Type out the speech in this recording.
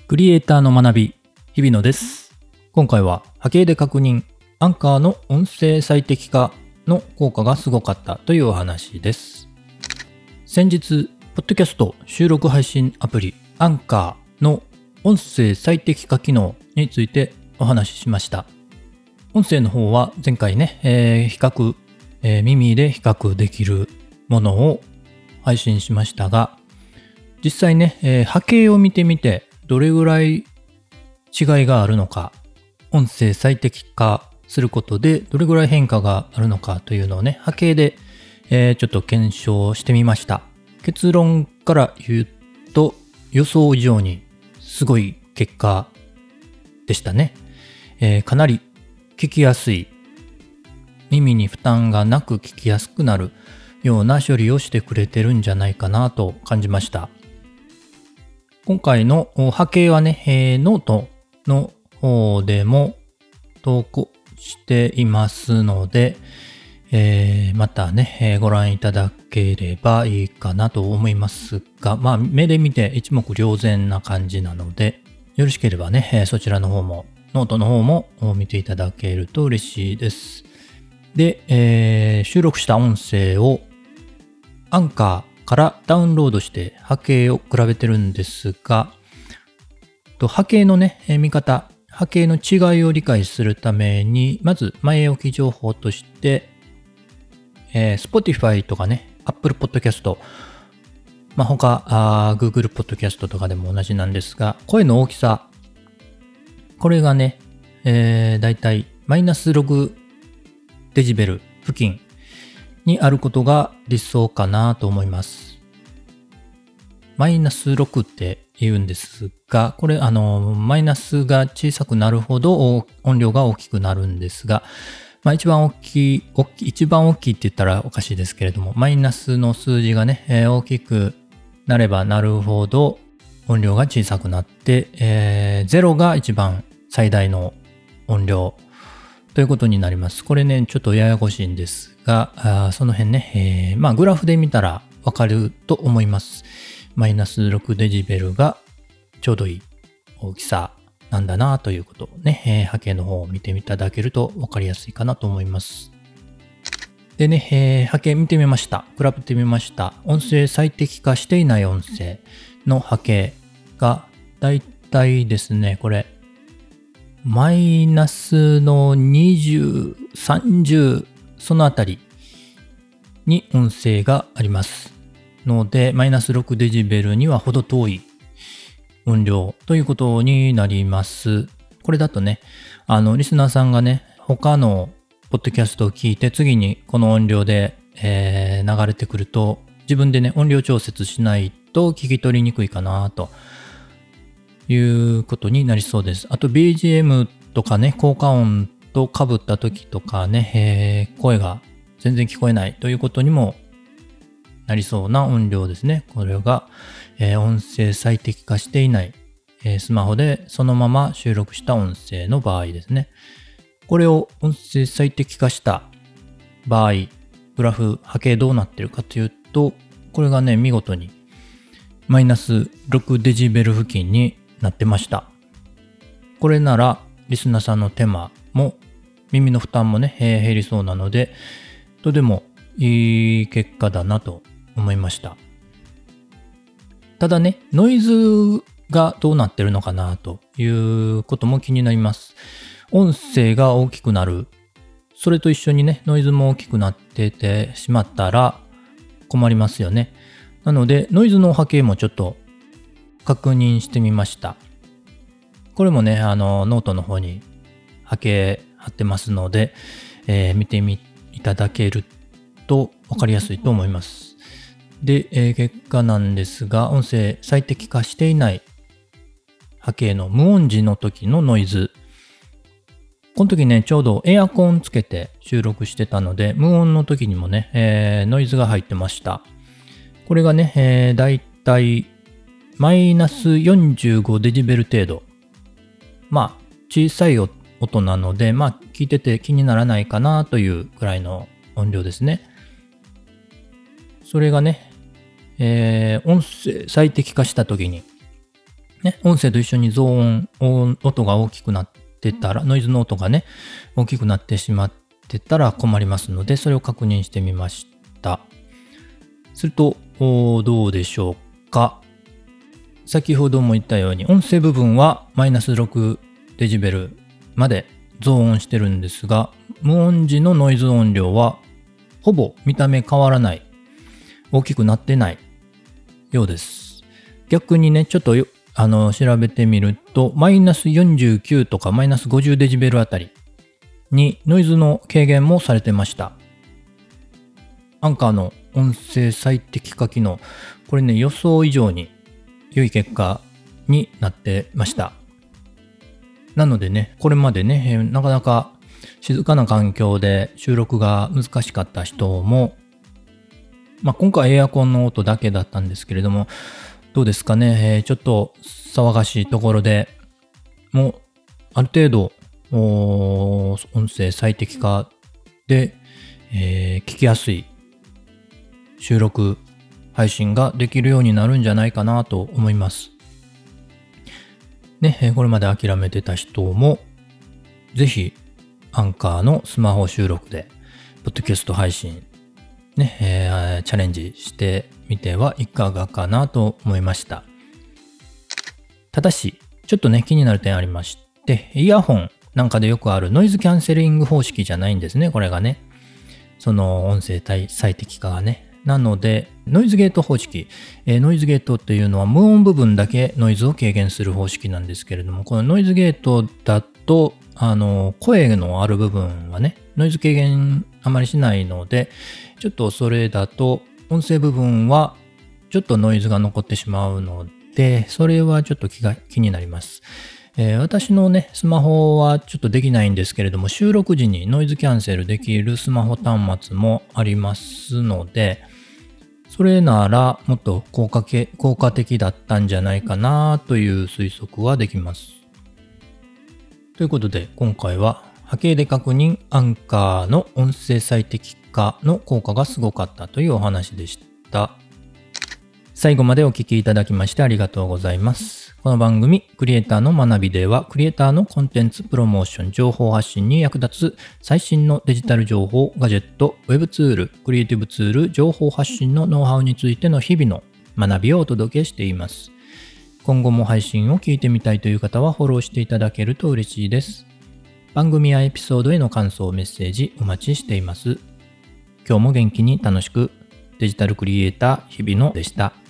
クリエイターの学び、日々野です。今回は波形で確認、アンカーの音声最適化の効果がすごかったというお話です。先日、ポッドキャスト収録配信アプリアンカーの音声最適化機能についてお話ししました。音声の方は前回ね、耳で比較できるものを配信しましたが、実際ね、波形を見てみてどれぐらい違いがあるのか、音声最適化することでどれぐらい変化があるのかというのをね、波形で、ちょっと検証してみました。結論から言うと予想以上にすごい結果でしたね。かなり聞きやすい、耳に負担がなく聞きやすくなるような処理をしてくれてるんじゃないかなと感じました。今回の波形はね、ノートの方でも投稿していますので、またね、ご覧いただければいいかなと思いますが、目で見て一目瞭然な感じなので、よろしければね、そちらの方も、ノートの方も見ていただけると嬉しいです。で、収録した音声をアンカーからダウンロードして波形を比べてるんですが、波形のね、見方、波形の違いを理解するために、まず前置き情報として、Spotify とかね、Apple Podcast、他、Google Podcast とかでも同じなんですが、声の大きさ、これがね、だいたいマイナス6デジベル付近にあることが理想かなと思います。マイナス6って言うんですが、これマイナスが小さくなるほど音量が大きくなるんですが、一番大きいって言ったらおかしいですけれども、マイナスの数字がね、大きくなればなるほど音量が小さくなって、0が一番最大の音量ということになります。これね、ちょっとややこしいんですが、その辺ね、グラフで見たらわかると思います。マイナス6デジベルがちょうどいい大きさなんだなということをね、波形の方を見ていただけるとわかりやすいかなと思います。でね、波形見てみました。比べてみました。音声最適化していない音声の波形がだいたいですね、これマイナスの20、30そのあたりに音声がありますので、マイナス6デジベルには程遠い音量ということになります。これだとね、リスナーさんがね、他のポッドキャストを聞いて次にこの音量で、流れてくると、自分でね、音量調節しないと聞き取りにくいかなということになりそうです。あと BGM とかね、効果音と被った時とかね、声が全然聞こえないということにもなりそうな音量ですね。これが、音声最適化していない、スマホでそのまま収録した音声の場合ですね。これを音声最適化した場合、グラフ、波形どうなってるかというと、これがね、見事にマイナス6デジベル付近になってました。これならリスナーさんの手間も耳の負担もね、減りそうなので、とてもいい結果だなと思いました。ただね、ノイズがどうなってるのかなということも気になります。音声が大きくなる。それと一緒にね、ノイズも大きくなっててしまったら困りますよね。なので、ノイズの波形もちょっと確認してみました。これもね、ノートの方に波形貼ってますので、見ていただけると分かりやすいと思います。で、結果なんですが、音声最適化していない波形の無音時の時のノイズ。この時ね、ちょうどエアコンつけて収録してたので、無音の時にもね、ノイズが入ってました。これがね、だいたいマイナス45デジベル程度。小さい音なので、聞いてて気にならないかなというくらいの音量ですね。それがね、音声最適化した時にね、音声と一緒に増音、音が大きくなってたら、ノイズの音がね、大きくなってしまってたら困りますので、それを確認してみました。すると、どうでしょうか。先ほども言ったように、音声部分はマイナス6デシベルまで増音してるんですが、無音時のノイズ音量はほぼ見た目変わらない、大きくなってないようです。逆にね、ちょっと調べてみると、マイナス49とかマイナス50デシベルあたりにノイズの軽減もされてました。アンカーの音声最適化機能、これね、予想以上に良い結果になってました。なのでね、これまでね、なかなか静かな環境で収録が難しかった人も、今回エアコンの音だけだったんですけれども、どうですかね、ちょっと騒がしいところでもうある程度音声最適化で、聞きやすい収録配信ができるようになるんじゃないかなと思います。ね、これまで諦めてた人も、ぜひ、アンカーのスマホ収録で、ポッドキャスト配信、ね、チャレンジしてみてはいかがかなと思いました。ただし、ちょっとね、気になる点ありまして、イヤホンなんかでよくあるノイズキャンセリング方式じゃないんですね、これがね。その音声最適化がね。なので、ノイズゲート方式。ノイズゲートっていうのは無音部分だけノイズを軽減する方式なんですけれども、このノイズゲートだと、声のある部分はね、ノイズ軽減あまりしないので、ちょっとそれだと、音声部分はちょっとノイズが残ってしまうので、それはちょっと気になります。私のね、スマホはちょっとできないんですけれども、収録時にノイズキャンセルできるスマホ端末もありますので、それならもっと効果的だったんじゃないかなという推測はできます。ということで、今回は波形で確認アンカーの音声最適化の効果がすごかったというお話でした。最後までお聞きいただきましてありがとうございます。この番組、クリエイターの学びでは、クリエイターのコンテンツ、プロモーション、情報発信に役立つ最新のデジタル情報、ガジェット、ウェブツール、クリエイティブツール、情報発信のノウハウについての日々の学びをお届けしています。今後も配信を聞いてみたいという方はフォローしていただけると嬉しいです。番組やエピソードへの感想、メッセージお待ちしています。今日も元気に楽しく、デジタルクリエイター日々野でした。